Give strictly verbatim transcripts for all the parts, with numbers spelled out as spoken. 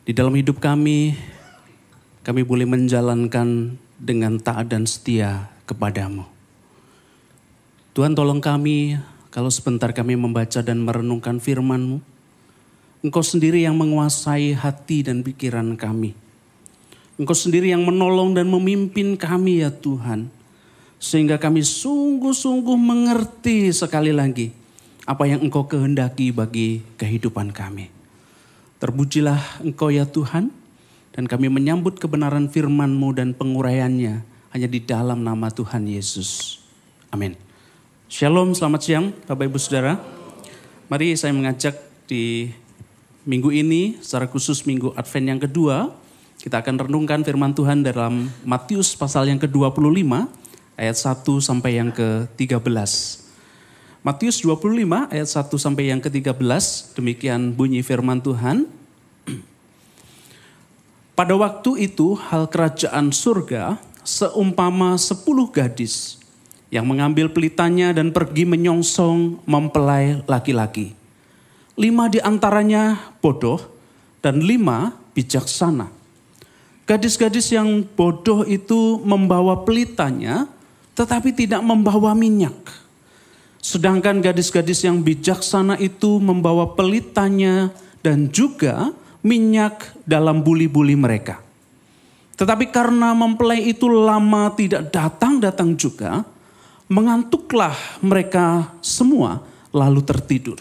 Di dalam hidup kami, kami boleh menjalankan dengan taat dan setia kepadamu. Tuhan, tolong kami kalau sebentar kami membaca dan merenungkan firman-Mu. Engkau sendiri yang menguasai hati dan pikiran kami. Engkau sendiri yang menolong dan memimpin kami ya Tuhan. Sehingga kami sungguh-sungguh mengerti sekali lagi apa yang Engkau kehendaki bagi kehidupan kami. Terpujilah Engkau ya Tuhan. Dan kami menyambut kebenaran firman-Mu dan penguraiannya hanya di dalam nama Tuhan Yesus. Amin. Shalom, selamat siang Bapak Ibu Saudara. Mari saya mengajak di minggu ini, secara khusus minggu Advent yang kedua, kita akan renungkan firman Tuhan dalam Matius pasal yang kedua puluh lima. Ayat satu sampai yang ke tiga belas. Matius dua puluh lima ayat satu sampai yang ke tiga belas. Demikian bunyi firman Tuhan. Pada waktu itu hal kerajaan surga seumpama sepuluh gadis yang mengambil pelitanya dan pergi menyongsong mempelai laki-laki. Lima di antaranya bodoh dan lima bijaksana. Gadis-gadis yang bodoh itu membawa pelitanya tetapi tidak membawa minyak. Sedangkan gadis-gadis yang bijaksana itu membawa pelitanya dan juga minyak dalam buli-buli mereka. Tetapi karena mempelai itu lama tidak datang-datang juga, mengantuklah mereka semua lalu tertidur.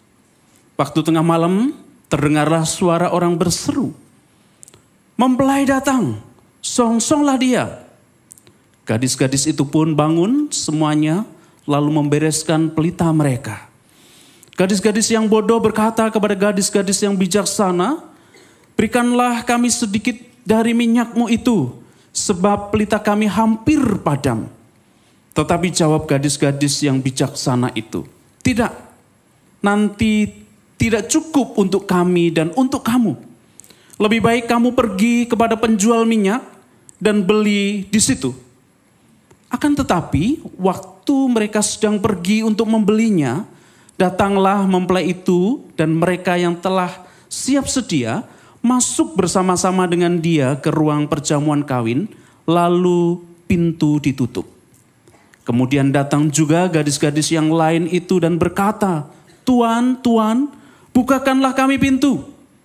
Waktu tengah malam terdengarlah suara orang berseru, "Mempelai datang, songsonglah dia." Gadis-gadis itu pun bangun semuanya lalu membereskan pelita mereka. Gadis-gadis yang bodoh berkata kepada gadis-gadis yang bijaksana, "Berikanlah kami sedikit dari minyakmu itu, sebab pelita kami hampir padam." Tetapi jawab gadis-gadis yang bijaksana itu, "Tidak, nanti tidak cukup untuk kami dan untuk kamu. Lebih baik kamu pergi kepada penjual minyak dan beli di situ." Akan tetapi waktu mereka sedang pergi untuk membelinya, datanglah mempelai itu dan mereka yang telah siap sedia masuk bersama-sama dengan dia ke ruang perjamuan kawin, lalu pintu ditutup. Kemudian datang juga gadis-gadis yang lain itu dan berkata, "Tuan, Tuan, bukakanlah kami pintu."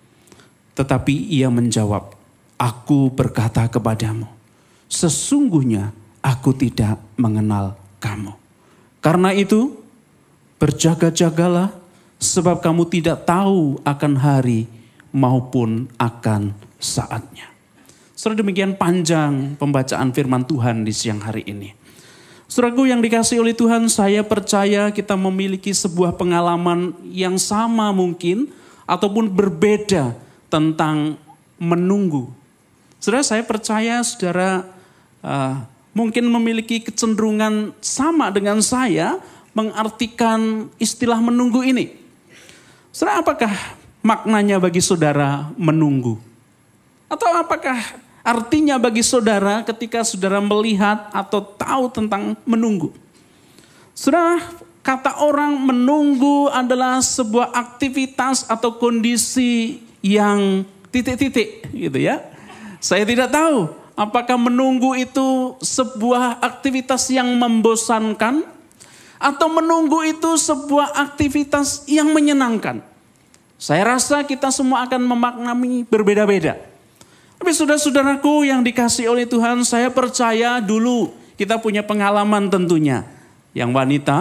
Tetapi ia menjawab, "Aku berkata kepadamu, sesungguhnya aku tidak mengenal kamu. Karena itu, berjaga-jagalah, sebab kamu tidak tahu akan hari maupun akan saatnya." Saudara, demikian panjang pembacaan firman Tuhan di siang hari ini. Saudaraku yang dikasihi oleh Tuhan, saya percaya kita memiliki sebuah pengalaman yang sama mungkin, ataupun berbeda tentang menunggu. Saudara, saya percaya saudara uh, mungkin memiliki kecenderungan sama dengan saya mengartikan istilah menunggu ini. Saudara, apakah maknanya bagi saudara menunggu? Atau apakah artinya bagi saudara ketika saudara melihat atau tahu tentang menunggu? Saudara, kata orang menunggu adalah sebuah aktivitas atau kondisi yang titik-titik gitu ya. Saya tidak tahu apakah menunggu itu sebuah aktivitas yang membosankan atau menunggu itu sebuah aktivitas yang menyenangkan. Saya rasa kita semua akan memaknai berbeda-beda. Tapi saudara-saudaraku yang dikasihi oleh Tuhan, saya percaya dulu kita punya pengalaman tentunya. Yang wanita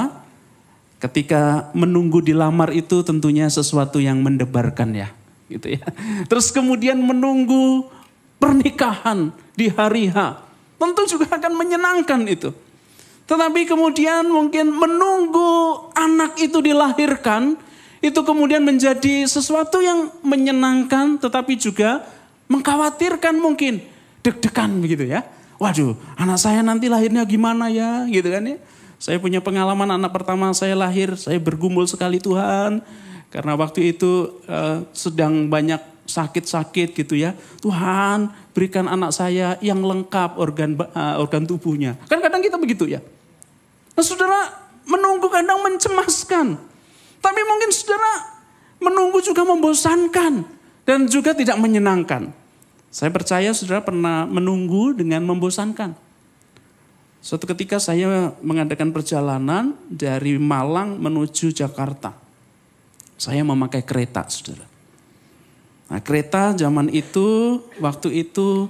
ketika menunggu dilamar itu tentunya sesuatu yang mendebarkan ya. Gitu ya. Terus kemudian menunggu pernikahan di hari H, tentu juga akan menyenangkan itu. Tetapi kemudian mungkin menunggu anak itu dilahirkan, itu kemudian menjadi sesuatu yang menyenangkan, tetapi juga mengkhawatirkan mungkin, deg-degan begitu ya. Waduh, anak saya nanti lahirnya gimana ya, gitu kan ya. Saya punya pengalaman anak pertama saya lahir, saya bergumul sekali Tuhan, karena waktu itu uh, sedang banyak sakit-sakit gitu ya. Tuhan, berikan anak saya yang lengkap organ uh, organ tubuhnya. Kan kadang kita begitu ya. Nah, saudara, menunggu kadang mencemaskan. Tapi mungkin saudara menunggu juga membosankan. Dan juga tidak menyenangkan. Saya percaya saudara pernah menunggu dengan membosankan. Suatu ketika saya mengadakan perjalanan dari Malang menuju Jakarta. Saya memakai kereta, saudara. Nah, kereta zaman itu, waktu itu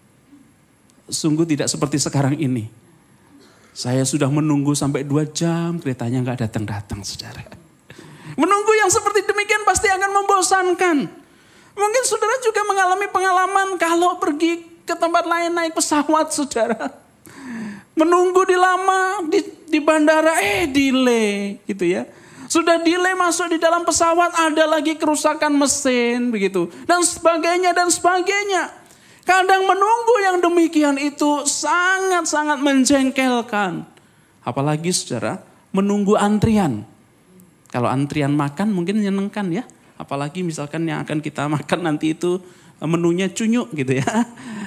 sungguh tidak seperti sekarang ini. Saya sudah menunggu sampai dua jam, keretanya nggak datang-datang, saudara. Menunggu yang seperti demikian pasti akan membosankan. Mungkin saudara juga mengalami pengalaman kalau pergi ke tempat lain naik pesawat, saudara. Menunggu di lama di, di bandara, eh delay gitu ya. Sudah delay masuk di dalam pesawat, ada lagi kerusakan mesin begitu. Dan sebagainya dan sebagainya. Kadang menunggu yang demikian itu sangat-sangat menjengkelkan. Apalagi saudara, menunggu antrian. Kalau antrian makan mungkin menyenangkan ya. Apalagi misalkan yang akan kita makan nanti itu menunya cunyuk gitu ya.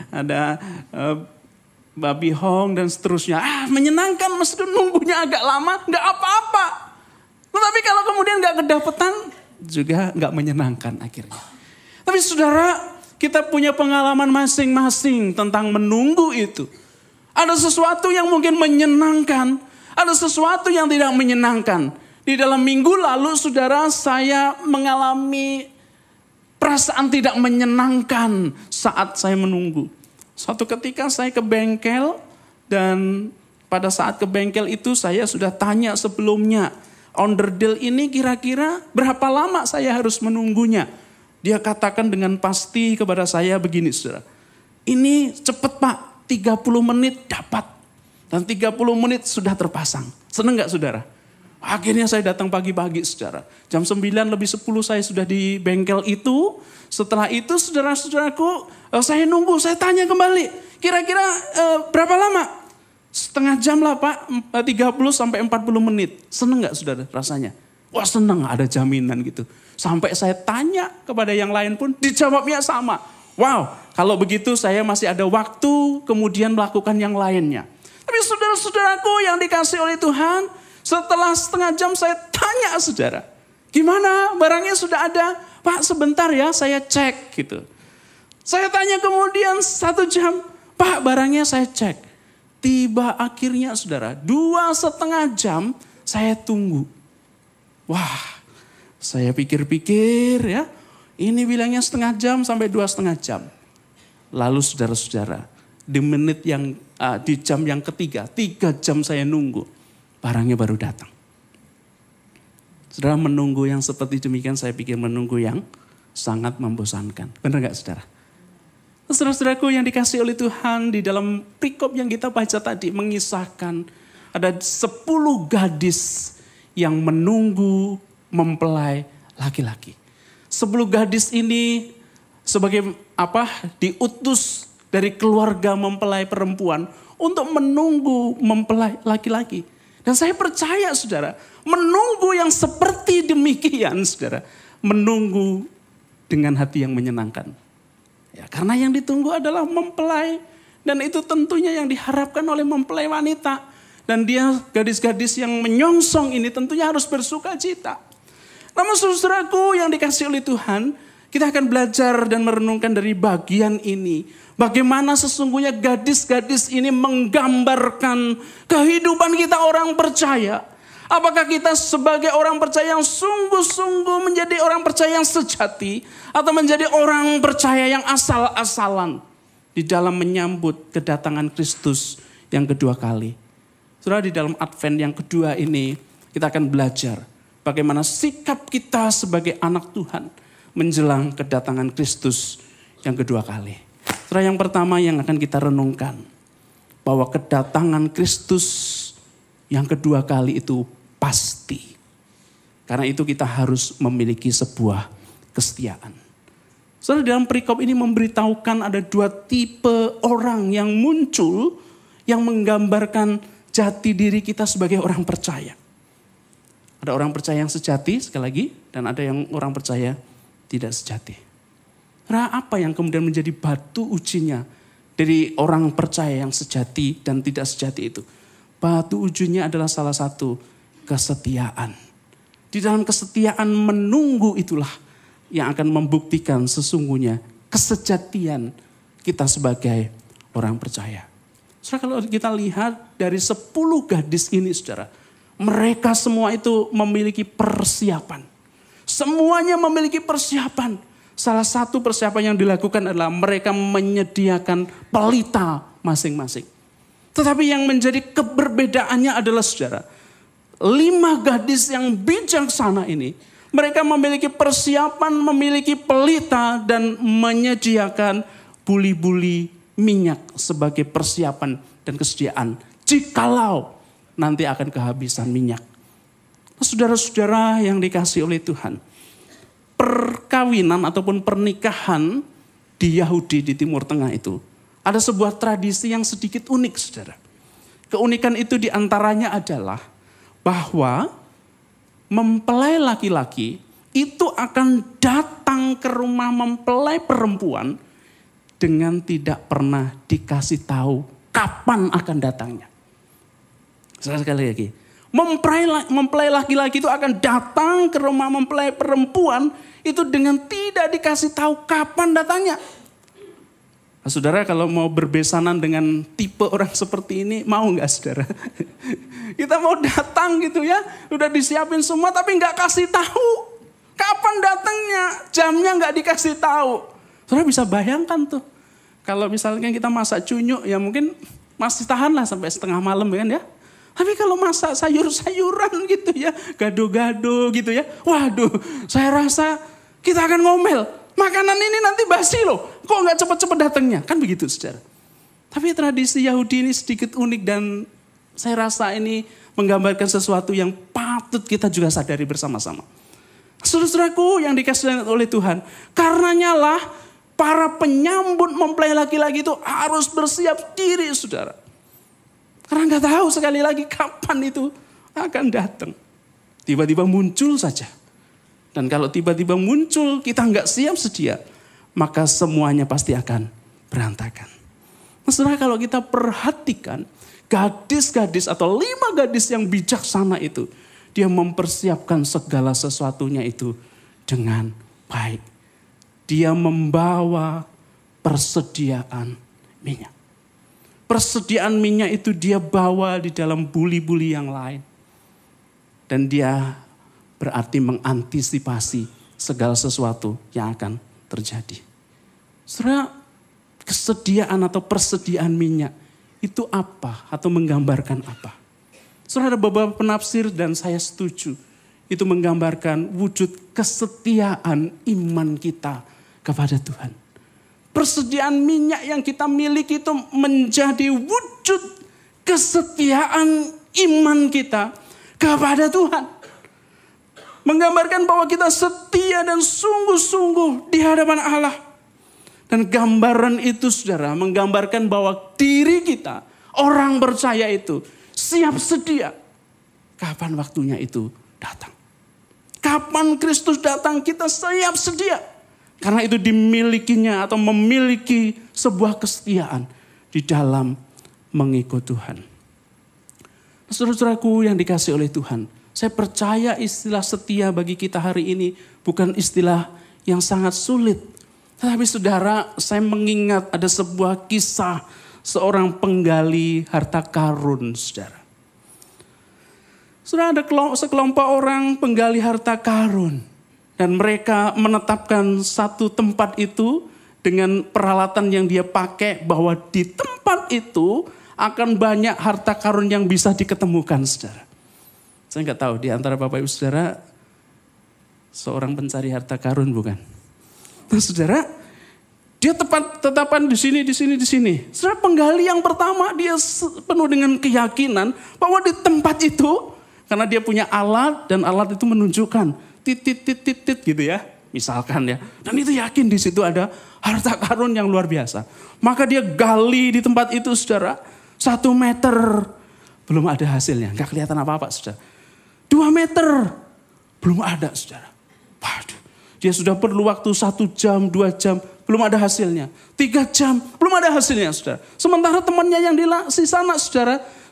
Ada uh, babi hong dan seterusnya. Ah, menyenangkan meskipun nunggunya agak lama, nggak apa-apa. Tetapi kalau kemudian nggak kedapetan, juga nggak menyenangkan akhirnya. Tapi saudara, kita punya pengalaman masing-masing tentang menunggu itu. Ada sesuatu yang mungkin menyenangkan, ada sesuatu yang tidak menyenangkan. Di dalam minggu lalu saudara, saya mengalami perasaan tidak menyenangkan saat saya menunggu. Suatu ketika saya ke bengkel dan pada saat ke bengkel itu saya sudah tanya sebelumnya. Onderdil ini kira-kira berapa lama saya harus menunggunya? Dia katakan dengan pasti kepada saya begini saudara. Ini cepat pak, tiga puluh menit dapat. Dan tiga puluh menit sudah terpasang. Senang gak saudara? Akhirnya saya datang pagi-pagi saudara. Jam sembilan lebih sepuluh saya sudah di bengkel itu. Setelah itu saudara-saudaraku, saya nunggu, saya tanya kembali. Kira-kira eh, berapa lama? Setengah jam lah pak, tiga puluh sampai empat puluh menit. Senang gak saudara rasanya? Wah senang, ada jaminan gitu. Sampai saya tanya kepada yang lain pun dijawabnya sama. Wow, kalau begitu saya masih ada waktu kemudian melakukan yang lainnya. Tapi saudara-saudaraku yang dikasih oleh Tuhan, setelah setengah jam saya tanya saudara. Gimana barangnya sudah ada? Pak sebentar ya saya cek gitu. Saya tanya kemudian satu jam, Pak barangnya saya cek. Tiba akhirnya saudara, dua setengah jam saya tunggu. Wah, saya pikir-pikir ya, ini bilangnya setengah jam sampai dua setengah jam. Lalu saudara-saudara, di menit yang, uh, di jam yang ketiga, tiga jam saya nunggu, barangnya baru datang. Saudara menunggu yang seperti demikian, saya pikir menunggu yang sangat membosankan. Benar gak saudara? Saudara-saudaraku yang dikasih oleh Tuhan, di dalam perikop yang kita baca tadi mengisahkan ada sepuluh gadis yang menunggu mempelai laki-laki. Sepuluh gadis ini sebagai apa? Diutus dari keluarga mempelai perempuan untuk menunggu mempelai laki-laki. Dan saya percaya saudara, menunggu yang seperti demikian saudara, menunggu dengan hati yang menyenangkan. Ya, karena yang ditunggu adalah mempelai. Dan itu tentunya yang diharapkan oleh mempelai wanita. Dan dia gadis-gadis yang menyongsong ini tentunya harus bersuka cita. Namun saudaraku yang dikasih oleh Tuhan, kita akan belajar dan merenungkan dari bagian ini. Bagaimana sesungguhnya gadis-gadis ini menggambarkan kehidupan kita orang percaya. Apakah kita sebagai orang percaya yang sungguh-sungguh menjadi orang percaya yang sejati, atau menjadi orang percaya yang asal-asalan di dalam menyambut kedatangan Kristus yang kedua kali. Saudara, di dalam Advent yang kedua ini kita akan belajar bagaimana sikap kita sebagai anak Tuhan menjelang kedatangan Kristus yang kedua kali. Saudara, yang pertama yang akan kita renungkan, bahwa kedatangan Kristus yang kedua kali itu pasti. Karena itu kita harus memiliki sebuah kesetiaan. Saudara, dalam perikop ini memberitahukan ada dua tipe orang yang muncul yang menggambarkan jati diri kita sebagai orang percaya. Ada orang percaya yang sejati sekali lagi, dan ada yang orang percaya tidak sejati. Nah, apa yang kemudian menjadi batu ujinya dari orang percaya yang sejati dan tidak sejati itu? Batu ujinya adalah salah satu kesetiaan. Di dalam kesetiaan menunggu itulah yang akan membuktikan sesungguhnya kesejatian kita sebagai orang percaya. Saudara, kalau kita lihat dari sepuluh gadis ini, saudara, mereka semua itu memiliki persiapan. Semuanya memiliki persiapan. Salah satu persiapan yang dilakukan adalah mereka menyediakan pelita masing-masing. Tetapi yang menjadi keberbedaannya adalah, saudara, lima gadis yang bijaksana ini, mereka memiliki persiapan, memiliki pelita, dan menyediakan buli-buli minyak sebagai persiapan dan kesediaan. Jikalau nanti akan kehabisan minyak. Saudara-saudara yang dikasihi oleh Tuhan, perkawinan ataupun pernikahan di Yahudi di Timur Tengah itu ada sebuah tradisi yang sedikit unik, saudara. Keunikan itu diantaranya adalah bahwa mempelai laki-laki itu akan datang ke rumah mempelai perempuan dengan tidak pernah dikasih tahu kapan akan datangnya. Sekali lagi, mempelai, mempelai laki-laki itu akan datang ke rumah mempelai perempuan itu dengan tidak dikasih tahu kapan datangnya. Nah, saudara, kalau mau berbesanan dengan tipe orang seperti ini, mau nggak saudara? Kita mau datang gitu ya, udah disiapin semua tapi nggak kasih tahu kapan datangnya, jamnya nggak dikasih tahu. Saudara bisa bayangkan tuh, kalau misalnya kita masak cunyuk ya mungkin masih tahan lah sampai setengah malam kan ya. Tapi kalau masak sayur-sayuran gitu ya, gado-gado gitu ya, waduh, saya rasa kita akan ngomel. Makanan ini nanti basi loh, kok nggak cepet-cepet datangnya? Kan begitu, saudara. Tapi tradisi Yahudi ini sedikit unik dan saya rasa ini menggambarkan sesuatu yang patut kita juga sadari bersama-sama. Saudara-saudaraku yang dikasihi oleh Tuhan, karenanya lah para penyambut mempelai laki-laki itu harus bersiap diri, saudara. Karena nggak tahu sekali lagi kapan itu akan datang. Tiba-tiba muncul saja. Dan kalau tiba-tiba muncul kita nggak siap sedia, maka semuanya pasti akan berantakan. Nah, saudara, kalau kita perhatikan gadis-gadis atau lima gadis yang bijaksana itu, dia mempersiapkan segala sesuatunya itu dengan baik. Dia membawa persediaan minyak. Persediaan minyak itu dia bawa di dalam buli-buli yang lain. Dan dia berarti mengantisipasi segala sesuatu yang akan terjadi. Saudara, kesediaan atau persediaan minyak itu apa atau menggambarkan apa? Saudara, ada beberapa penafsir dan saya setuju. Itu menggambarkan wujud kesetiaan iman kita kepada Tuhan. Persediaan minyak yang kita miliki itu menjadi wujud kesetiaan iman kita kepada Tuhan. Menggambarkan bahwa kita setia dan sungguh-sungguh di hadapan Allah. Dan gambaran itu, saudara, menggambarkan bahwa diri kita, orang percaya itu siap sedia kapan waktunya itu datang. Kapan Kristus datang kita siap sedia. Karena itu dimilikinya atau memiliki sebuah kesetiaan di dalam mengikut Tuhan. Saudara-saudaraku yang dikasihi oleh Tuhan, saya percaya istilah setia bagi kita hari ini bukan istilah yang sangat sulit. Tetapi saudara, saya mengingat ada sebuah kisah seorang penggali harta karun, saudara. Saudara, ada sekelompok orang penggali harta karun. Dan mereka menetapkan satu tempat itu dengan peralatan yang dia pakai bahwa di tempat itu akan banyak harta karun yang bisa diketemukan, saudara. Saya nggak tahu di antara Bapak Ibu saudara seorang pencari harta karun bukan? Nah, saudara, dia tepat tetapan di sini, di sini, di sini. Saudara, penggali yang pertama dia penuh dengan keyakinan bahwa di tempat itu karena dia punya alat dan alat itu menunjukkan titit titit tit gitu ya, misalkan ya. Dan itu yakin di situ ada harta karun yang luar biasa. Maka dia gali di tempat itu, saudara, satu meter belum ada hasilnya, nggak kelihatan apa-apa, saudara. Dua meter belum ada, saudara. Waduh, dia sudah perlu waktu satu jam, dua jam, belum ada hasilnya. Tiga jam belum ada hasilnya, saudara. Sementara temannya yang di sana, saudara,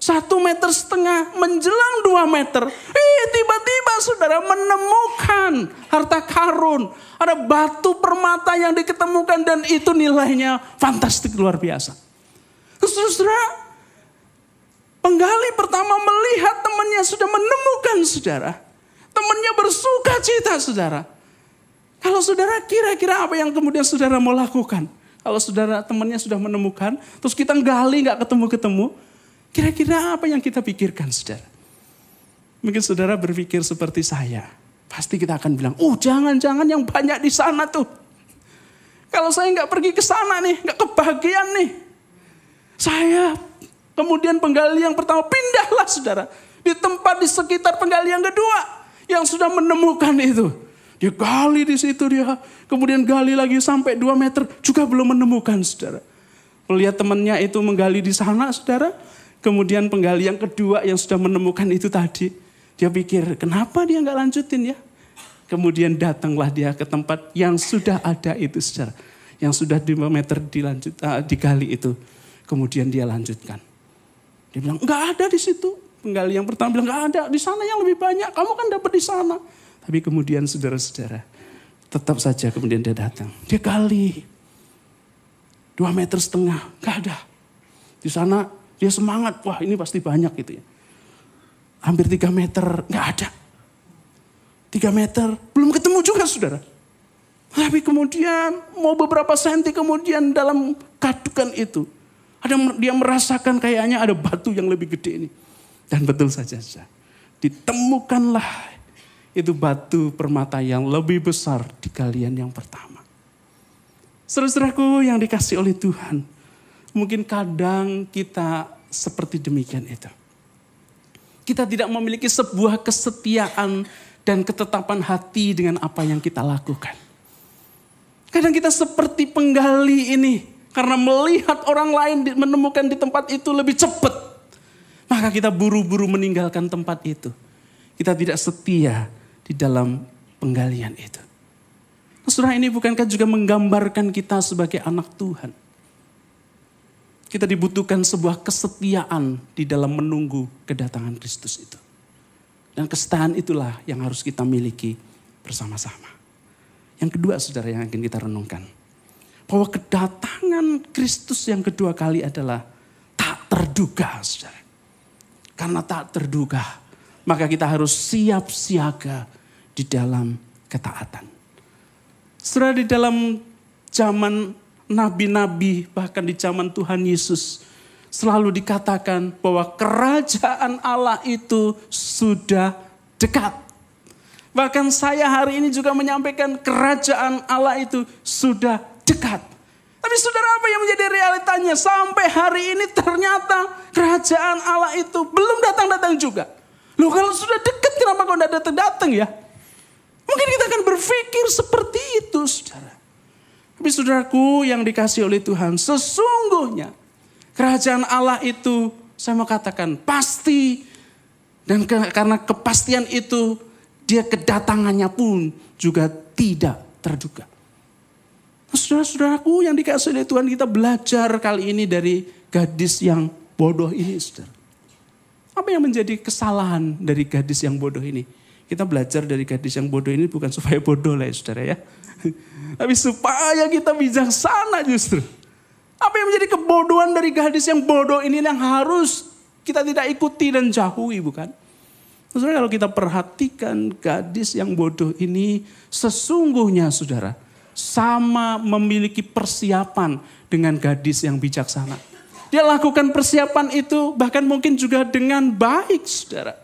Satu meter setengah menjelang dua meter. Eh, tiba-tiba saudara menemukan harta karun. Ada batu permata yang diketemukan dan itu nilainya fantastik luar biasa. Saudara, penggali pertama melihat temannya sudah menemukan saudara. Temannya bersuka cita saudara. Kalau saudara kira-kira apa yang kemudian saudara mau lakukan? Kalau saudara temannya sudah menemukan, terus kita gali gak ketemu-ketemu. Kira-kira apa yang kita pikirkan saudara? Mungkin saudara berpikir seperti saya. Pasti kita akan bilang, oh jangan-jangan yang banyak di sana tuh. Kalau saya gak pergi ke sana nih, gak kebahagiaan nih. Saya kemudian penggalian pertama pindahlah saudara. Di tempat di sekitar penggalian kedua. Yang sudah menemukan itu. Dia gali di situ dia. Kemudian gali lagi sampai dua meter. Juga belum menemukan saudara. Melihat temannya itu menggali di sana saudara. Kemudian penggalian kedua yang sudah menemukan itu tadi. Dia pikir kenapa dia gak lanjutin ya. Kemudian datanglah dia ke tempat yang sudah ada itu saudara. Yang sudah lima meter dilanjut, uh, digali itu. Kemudian dia lanjutkan. Dia bilang gak ada di situ. Penggali yang pertama bilang gak ada. Di sana yang lebih banyak. Kamu kan dapat di sana. Tapi kemudian saudara-saudara. Tetap saja kemudian dia datang. Dia gali. Dua meter setengah. Gak ada. Di sana dia semangat, wah ini pasti banyak gitu ya. Hampir tiga meter, gak ada. Tiga meter, belum ketemu juga saudara. Tapi kemudian mau beberapa senti kemudian dalam kadukan itu. Ada dia merasakan kayaknya ada batu yang lebih gede ini. Dan betul saja, ditemukanlah itu batu permata yang lebih besar di galian yang pertama. Saudara-saudaraku yang dikasih oleh Tuhan. Mungkin kadang kita seperti demikian itu. Kita tidak memiliki sebuah kesetiaan dan ketetapan hati dengan apa yang kita lakukan. Kadang kita seperti penggali ini. Karena melihat orang lain menemukan di tempat itu lebih cepat. Maka kita buru-buru meninggalkan tempat itu. Kita tidak setia di dalam penggalian itu. Saudara, ini bukankah juga menggambarkan kita sebagai anak Tuhan? Kita dibutuhkan sebuah kesetiaan di dalam menunggu kedatangan Kristus itu. Dan kesetiaan itulah yang harus kita miliki bersama-sama. Yang kedua saudara yang akan kita renungkan. Bahwa kedatangan Kristus yang kedua kali adalah tak terduga saudara. Karena tak terduga, maka kita harus siap siaga di dalam ketaatan. Saudara, di dalam zaman nabi-nabi bahkan di zaman Tuhan Yesus selalu dikatakan bahwa kerajaan Allah itu sudah dekat. Bahkan saya hari ini juga menyampaikan kerajaan Allah itu sudah dekat. Tapi saudara, apa yang menjadi realitanya? Sampai hari ini ternyata kerajaan Allah itu belum datang-datang juga. Loh, kalau sudah dekat kenapa kok tidak datang-datang ya? Mungkin kita akan berpikir seperti itu saudara. Tapi saudaraku yang dikasih oleh Tuhan, sesungguhnya kerajaan Allah itu saya mau katakan pasti. Dan ke, karena kepastian itu dia kedatangannya pun juga tidak terduga. Saudara-saudaraku yang dikasih oleh Tuhan, kita belajar kali ini dari gadis yang bodoh ini saudara. Apa yang menjadi kesalahan dari gadis yang bodoh ini? Kita belajar dari gadis yang bodoh ini bukan supaya bodoh lah ya saudara ya. Tapi supaya kita bijaksana justru. Apa yang menjadi kebodohan dari gadis yang bodoh ini yang harus kita tidak ikuti dan jauhi bukan? Saudara, kalau kita perhatikan gadis yang bodoh ini sesungguhnya saudara sama memiliki persiapan dengan gadis yang bijaksana. Dia lakukan persiapan itu bahkan mungkin juga dengan baik saudara.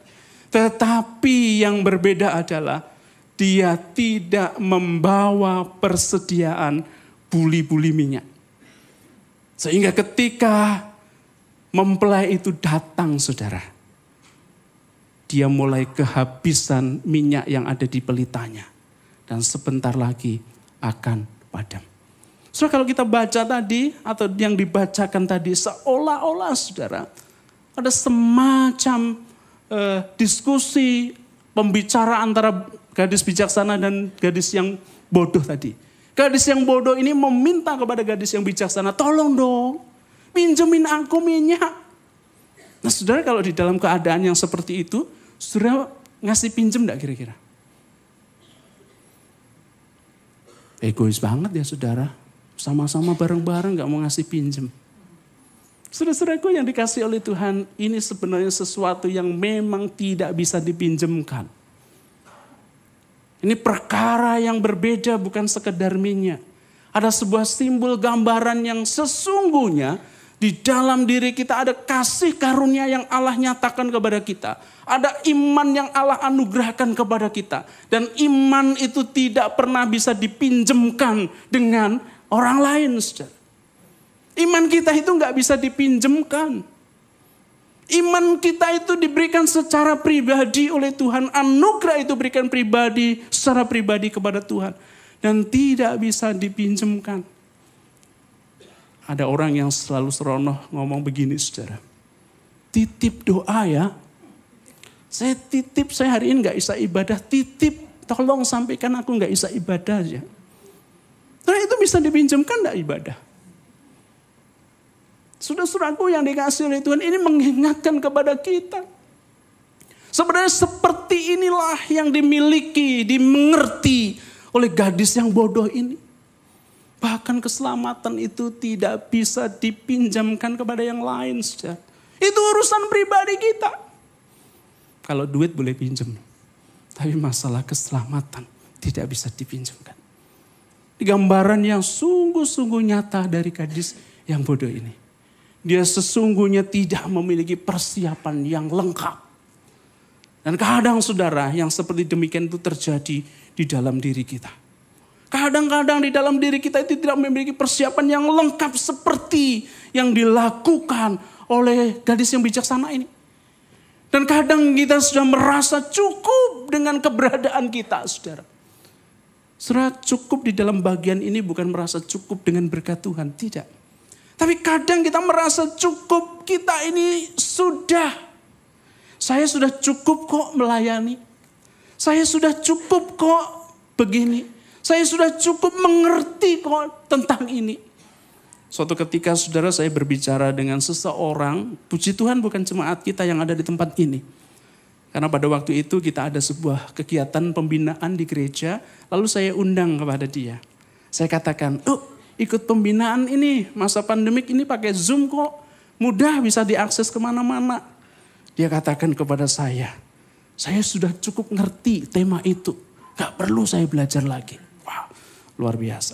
Tetapi yang berbeda adalah dia tidak membawa persediaan buli-buli minyak. Sehingga ketika mempelai itu datang saudara, dia mulai kehabisan minyak yang ada di pelitanya. Dan sebentar lagi akan padam. Saudara, kalau kita baca tadi atau yang dibacakan tadi seolah-olah saudara ada semacam eh, diskusi pembicara antara gadis bijaksana dan gadis yang bodoh tadi. Gadis yang bodoh ini meminta kepada gadis yang bijaksana, tolong dong, pinjemin aku minyak. Nah saudara, kalau di dalam keadaan yang seperti itu, saudara ngasih pinjem enggak kira-kira? Egois banget ya saudara. Sama-sama bareng-bareng gak mau ngasih pinjem. Saudara-saudaraku yang dikasih oleh Tuhan, ini sebenarnya sesuatu yang memang tidak bisa dipinjemkan. Ini perkara yang berbeda, bukan sekedar minyak. Ada sebuah simbol gambaran yang sesungguhnya di dalam diri kita ada kasih karunia yang Allah nyatakan kepada kita. Ada iman yang Allah anugerahkan kepada kita. Dan iman itu tidak pernah bisa dipinjemkan dengan orang lain. Saudara. Iman kita itu gak bisa dipinjemkan. Iman kita itu diberikan secara pribadi oleh Tuhan. Anugerah itu berikan pribadi, secara pribadi kepada Tuhan. Dan tidak bisa dipinjemkan. Ada orang yang selalu seronoh ngomong begini saudara. Titip doa ya. Saya titip, saya hari ini gak bisa ibadah. Titip, tolong sampaikan aku gak bisa ibadah aja. Nah itu bisa dipinjamkan gak ibadah? Saudara-saudaraku yang dikasih oleh Tuhan ini mengingatkan kepada kita. Sebenarnya seperti inilah yang dimiliki, dimengerti oleh gadis yang bodoh ini. Bahkan keselamatan itu tidak bisa dipinjamkan kepada yang lain. Saudara. Itu urusan pribadi kita. Kalau duit boleh pinjam. Tapi masalah keselamatan tidak bisa dipinjamkan. Gambaran yang sungguh-sungguh nyata dari gadis yang bodoh ini. Dia sesungguhnya tidak memiliki persiapan yang lengkap. Dan kadang saudara yang seperti demikian itu terjadi di dalam diri kita. Kadang-kadang di dalam diri kita itu tidak memiliki persiapan yang lengkap seperti yang dilakukan oleh gadis yang bijaksana ini. Dan kadang kita sudah merasa cukup dengan keberadaan kita saudara. Saudara, cukup di dalam bagian ini bukan merasa cukup dengan berkat Tuhan, tidak. Tapi kadang kita merasa cukup, kita ini sudah. Saya sudah cukup kok melayani. Saya sudah cukup kok begini. Saya sudah cukup mengerti kok tentang ini. Suatu ketika saudara saya berbicara dengan seseorang, puji Tuhan bukan jemaat kita yang ada di tempat ini. Karena pada waktu itu kita ada sebuah kegiatan pembinaan di gereja, lalu saya undang kepada dia. Saya katakan, oh ikut pembinaan ini, masa pandemik ini pakai Zoom kok, mudah bisa diakses kemana-mana. Dia katakan kepada saya, saya sudah cukup ngerti tema itu, gak perlu saya belajar lagi. Wow, luar biasa.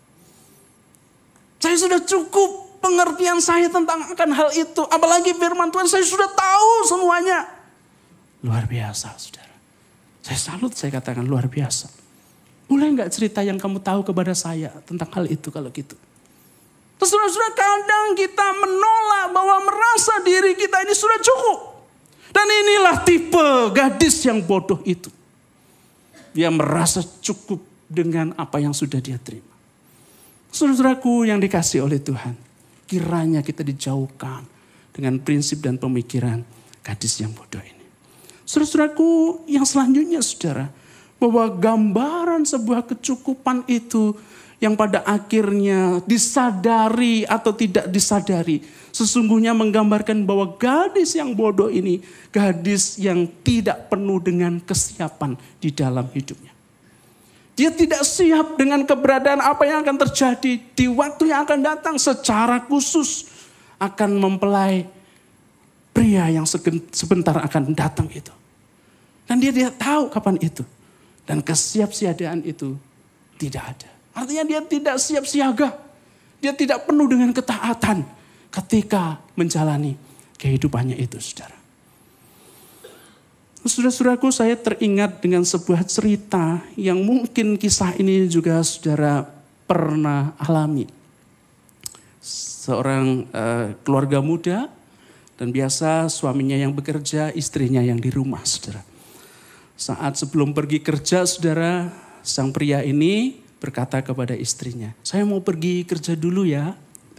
Saya sudah cukup pengertian saya tentang akan hal itu, apalagi firman Tuhan saya sudah tahu semuanya. Luar biasa saudara. Saya salut, saya katakan luar biasa. Boleh gak cerita yang kamu tahu kepada saya tentang hal itu kalau gitu. Terus saudara-saudara kadang kita menolak bahwa merasa diri kita ini sudah cukup. Dan inilah tipe gadis yang bodoh itu. Dia merasa cukup dengan apa yang sudah dia terima. Saudaraku yang dikasih oleh Tuhan. Kiranya kita dijauhkan dengan prinsip dan pemikiran gadis yang bodoh ini. Saudara-saudaraku yang selanjutnya saudara. Bahwa gambaran sebuah kecukupan itu yang pada akhirnya disadari atau tidak disadari. Sesungguhnya menggambarkan bahwa gadis yang bodoh ini gadis yang tidak penuh dengan kesiapan di dalam hidupnya. Dia tidak siap dengan keberadaan apa yang akan terjadi di waktu yang akan datang secara khusus akan mempelai pria yang sebentar akan datang itu. Dan dia tidak tahu kapan itu. Dan kesiapsiagaan itu tidak ada. Artinya dia tidak siap siaga. Dia tidak penuh dengan ketaatan ketika menjalani kehidupannya itu saudara. Saudara-saudaraku saya teringat dengan sebuah cerita yang mungkin kisah ini juga saudara pernah alami. Seorang uh, keluarga muda dan biasa suaminya yang bekerja, istrinya yang di rumah saudara. Saat sebelum pergi kerja saudara, sang pria ini berkata kepada istrinya, saya mau pergi kerja dulu ya.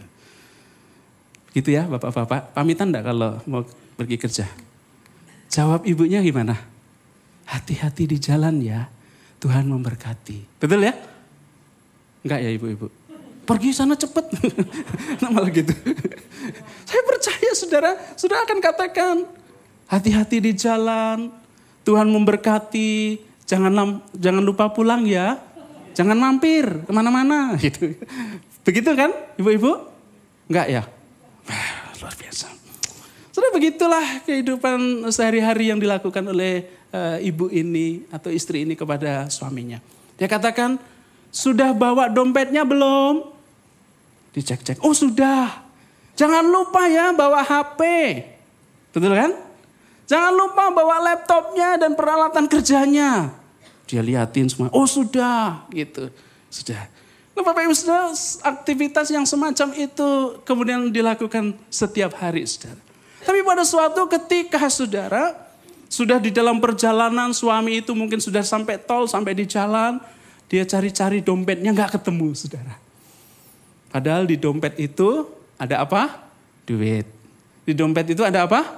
Gitu ya bapak-bapak, pamitan enggak kalau mau pergi kerja? Jawab ibunya gimana? Hati-hati di jalan ya, Tuhan memberkati. Betul ya? Enggak ya ibu-ibu? pergi sana cepet. Nah, malah gitu. Saya percaya saudara, saudara akan katakan, hati-hati di jalan, Tuhan memberkati, jangan jangan lupa pulang ya, jangan mampir kemana-mana. Gitu. Begitu kan ibu-ibu? Enggak ya? Wah, luar biasa. Saudara, begitulah kehidupan sehari-hari yang dilakukan oleh uh, ibu ini atau istri ini kepada suaminya. Dia katakan, sudah bawa dompetnya belum? Dicek-cek, oh sudah. Jangan lupa ya bawa H P. Betul kan? Jangan lupa bawa laptopnya dan peralatan kerjanya. Dia liatin semua, oh sudah gitu. Sudah. Nah, Bapak Ibu Saudara, aktivitas yang semacam itu kemudian dilakukan setiap hari, saudara. Tapi pada suatu ketika, saudara, sudah di dalam perjalanan, suami itu mungkin sudah sampai tol, sampai di jalan, dia cari-cari dompetnya nggak ketemu, saudara. Padahal di dompet itu ada apa? Duit. Di dompet itu ada apa?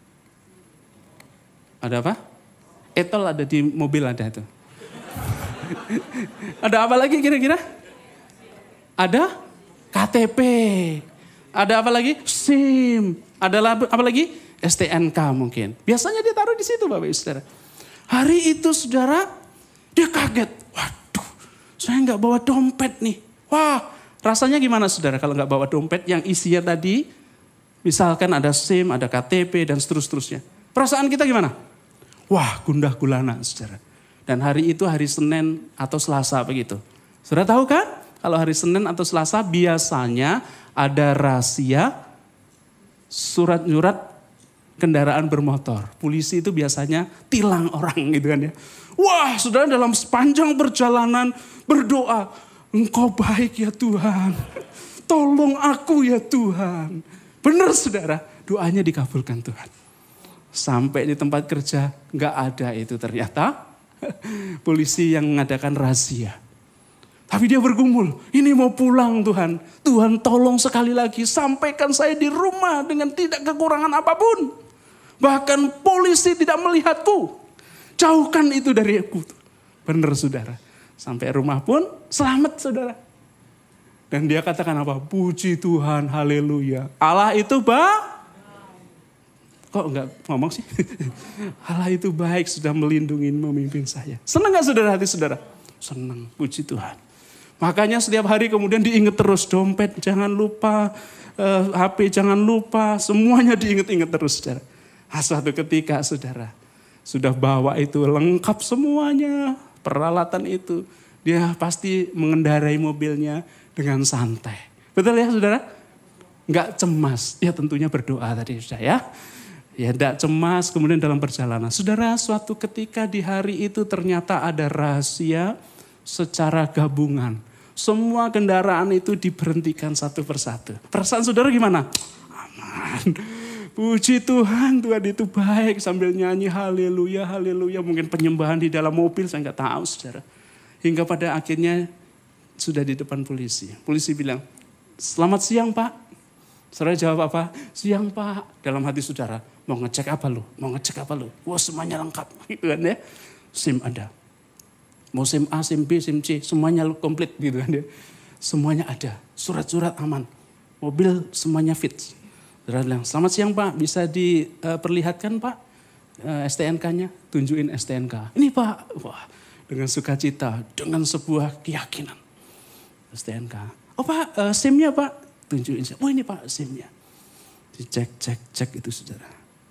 Ada apa? Etol ada di mobil ada itu. Ada apa lagi kira-kira? Ada K T P. Ada apa lagi? SIM. Ada apa lagi? S T N K mungkin. Biasanya dia taruh di situ Bapak Ibu Saudara. Hari itu saudara, dia kaget. Waduh, saya nggak bawa dompet nih. Wah, rasanya gimana saudara kalau nggak bawa dompet yang isinya tadi, misalkan ada SIM, ada K T P dan seterusnya. Perasaan kita gimana? Wah, gundah gulana saudara. Dan hari itu hari Senin atau Selasa begitu. Saudara tahu kan? Kalau hari Senin atau Selasa biasanya ada rahasia surat-surat kendaraan bermotor. Polisi itu biasanya tilang orang gitu kan ya. Wah, saudara dalam sepanjang perjalanan berdoa. Engkau baik ya Tuhan. Tolong aku ya Tuhan. Benar saudara, doanya dikabulkan Tuhan. Sampai di tempat kerja nggak ada itu ternyata. Polisi yang mengadakan razia. Tapi dia bergumul, ini mau pulang Tuhan. Tuhan tolong sekali lagi sampaikan saya di rumah dengan tidak kekurangan apapun. Bahkan polisi tidak melihatku. Jauhkan itu dari aku. Benar saudara. Sampai rumah pun selamat saudara. Dan dia katakan apa? Puji Tuhan, haleluya. Allah itu baik. Kok enggak ngomong sih? Allah itu baik sudah melindungi memimpin saya. Senang gak saudara hati saudara? Senang, puji Tuhan. Makanya setiap hari kemudian diingat terus dompet jangan lupa, uh, H P jangan lupa, semuanya diingat-ingat terus saudara. Nah, suatu ketika saudara sudah bawa itu lengkap semuanya, peralatan itu. Dia pasti mengendarai mobilnya dengan santai. Betul ya saudara? Enggak cemas, ya tentunya berdoa tadi sudah ya. Ya enggak cemas kemudian dalam perjalanan. Saudara suatu ketika di hari itu ternyata ada rahasia secara gabungan. Semua kendaraan itu diberhentikan satu persatu. Perasaan saudara gimana? Aman. Puji Tuhan, Tuhan itu baik. Sambil nyanyi haleluya, haleluya. Mungkin penyembahan di dalam mobil, saya nggak tahu saudara. Hingga pada akhirnya sudah di depan polisi. Polisi bilang, selamat siang Pak. Saudara jawab apa? Siang Pak. Dalam hati saudara, mau ngecek apa lu? Mau ngecek apa lu? Wah semuanya lengkap. Gitu kan ya. SIM ada. Mau SIM A, SIM B, SIM C, semuanya komplit gitu kan ya. Semuanya ada, surat-surat aman. Mobil semuanya fit. Saudara bilang, selamat siang Pak, bisa diperlihatkan Pak uh, S T N K-nya? Tunjukin S T N K. Ini Pak, wah dengan sukacita, dengan sebuah keyakinan. S T N K. Oh Pak, uh, SIM-nya Pak? Tunjukin. Oh ini Pak SIM-nya. Dicek, cek, cek itu saudara.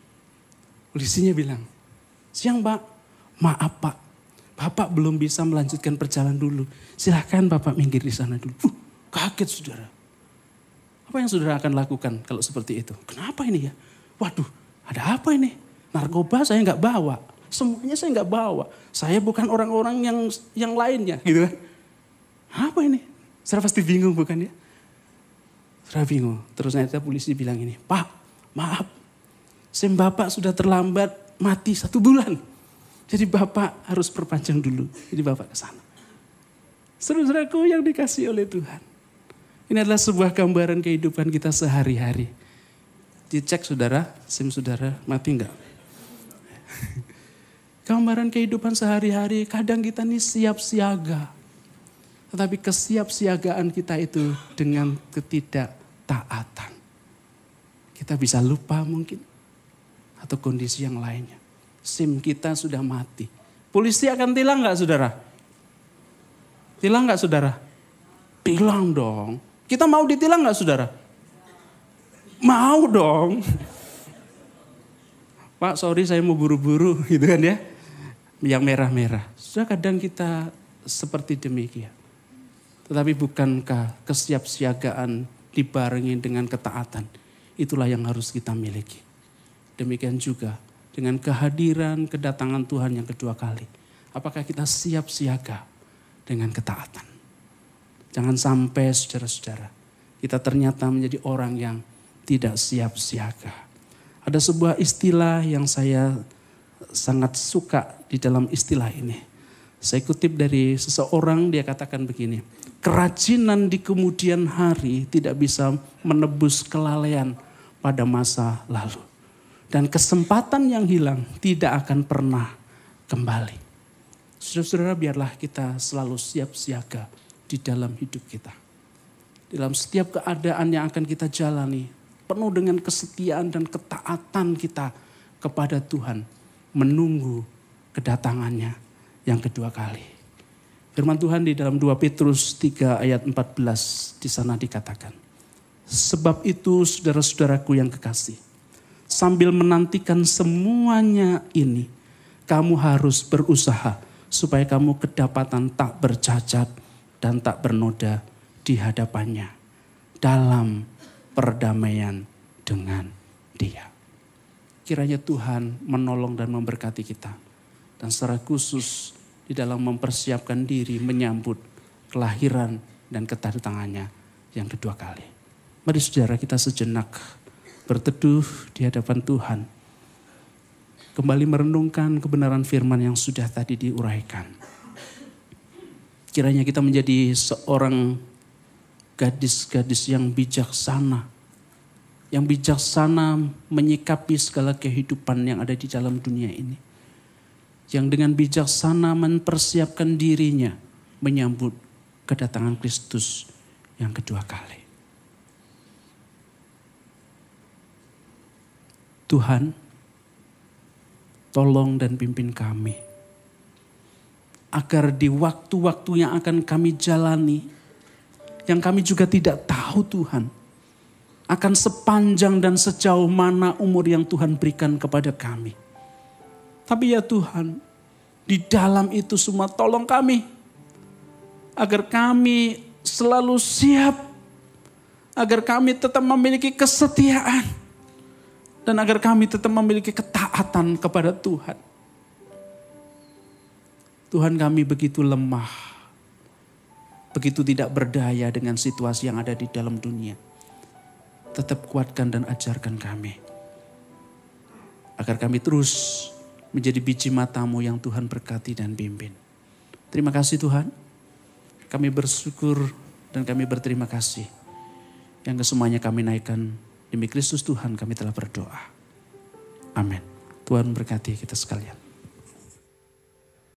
Polisinya bilang, siang Pak, maaf Pak. Bapak belum bisa melanjutkan perjalanan dulu. Silahkan Bapak minggir di sana dulu. Uh, kaget saudara. Apa yang saudara akan lakukan kalau seperti itu? Kenapa ini ya? Waduh, ada apa ini? Narkoba saya nggak bawa. Semuanya saya nggak bawa. Saya bukan orang-orang yang yang lainnya, gitu kan? Apa ini? Saudara pasti bingung bukan ya? Saudara bingung. Terus ternyata polisi bilang ini, Pak, maaf, SIM Bapak sudah terlambat mati satu bulan. Jadi Bapak harus perpanjang dulu. Jadi Bapak ke sana. Saudaraku yang dikasihi oleh Tuhan. Ini adalah sebuah gambaran kehidupan kita sehari-hari. Dicek saudara, SIM saudara mati enggak? Gambaran kehidupan sehari-hari, kadang kita nih siap siaga. Tetapi kesiapsiagaan kita itu dengan ketidaktaatan. Kita bisa lupa mungkin. Atau kondisi yang lainnya. SIM kita sudah mati. Polisi akan tilang gak saudara? Tilang gak saudara? Tilang dong. Kita mau ditilang gak saudara? Mau dong. Pak sorry saya mau buru-buru gitu kan ya. Yang merah-merah. Sudah kadang kita seperti demikian. Tetapi bukankah kesiapsiagaan dibarengi dengan ketaatan. Itulah yang harus kita miliki. Demikian juga dengan kehadiran kedatangan Tuhan yang kedua kali. Apakah kita siap siaga dengan ketaatan? Jangan sampai saudara-saudara kita ternyata menjadi orang yang tidak siap siaga. Ada sebuah istilah yang saya sangat suka di dalam istilah ini. Saya kutip dari seseorang, dia katakan begini. Kerajinan di kemudian hari tidak bisa menebus kelalaian pada masa lalu. Dan kesempatan yang hilang tidak akan pernah kembali. Saudara-saudara, biarlah kita selalu siap siaga di dalam hidup kita. Dalam setiap keadaan yang akan kita jalani, penuh dengan kesetiaan dan ketaatan kita kepada Tuhan, menunggu kedatangannya yang kedua kali. Firman Tuhan di dalam dua Petrus tiga ayat empat belas di sana dikatakan, sebab itu saudara-saudaraku yang kekasih, sambil menantikan semuanya ini, kamu harus berusaha supaya kamu kedapatan tak bercacat dan tak bernoda di hadapannya dalam perdamaian dengan Dia. Kiranya Tuhan menolong dan memberkati kita. Dan secara khusus di dalam mempersiapkan diri menyambut kelahiran dan kedatangannya yang kedua kali. Mari saudara kita sejenak berteduh di hadapan Tuhan. Kembali merenungkan kebenaran firman yang sudah tadi diuraikan. Kiranya kita menjadi seorang gadis-gadis yang bijaksana. Yang bijaksana menyikapi segala kehidupan yang ada di dalam dunia ini. Yang dengan bijaksana mempersiapkan dirinya menyambut kedatangan Kristus yang kedua kali. Tuhan, tolong dan pimpin kami. Agar di waktu-waktu yang akan kami jalani, yang kami juga tidak tahu Tuhan, akan sepanjang dan sejauh mana umur yang Tuhan berikan kepada kami. Tapi ya Tuhan, di dalam itu semua tolong kami. Agar kami selalu siap. Agar kami tetap memiliki kesetiaan. Dan agar kami tetap memiliki ketaatan kepada Tuhan. Tuhan, kami begitu lemah. Begitu tidak berdaya dengan situasi yang ada di dalam dunia. Tetap kuatkan dan ajarkan kami. Agar kami terus menjadi biji matamu yang Tuhan berkati dan pimpin. Terima kasih Tuhan. Kami bersyukur dan kami berterima kasih. Yang kesemuanya kami naikkan. Demi Kristus Tuhan kami telah berdoa. Amin. Tuhan berkati kita sekalian.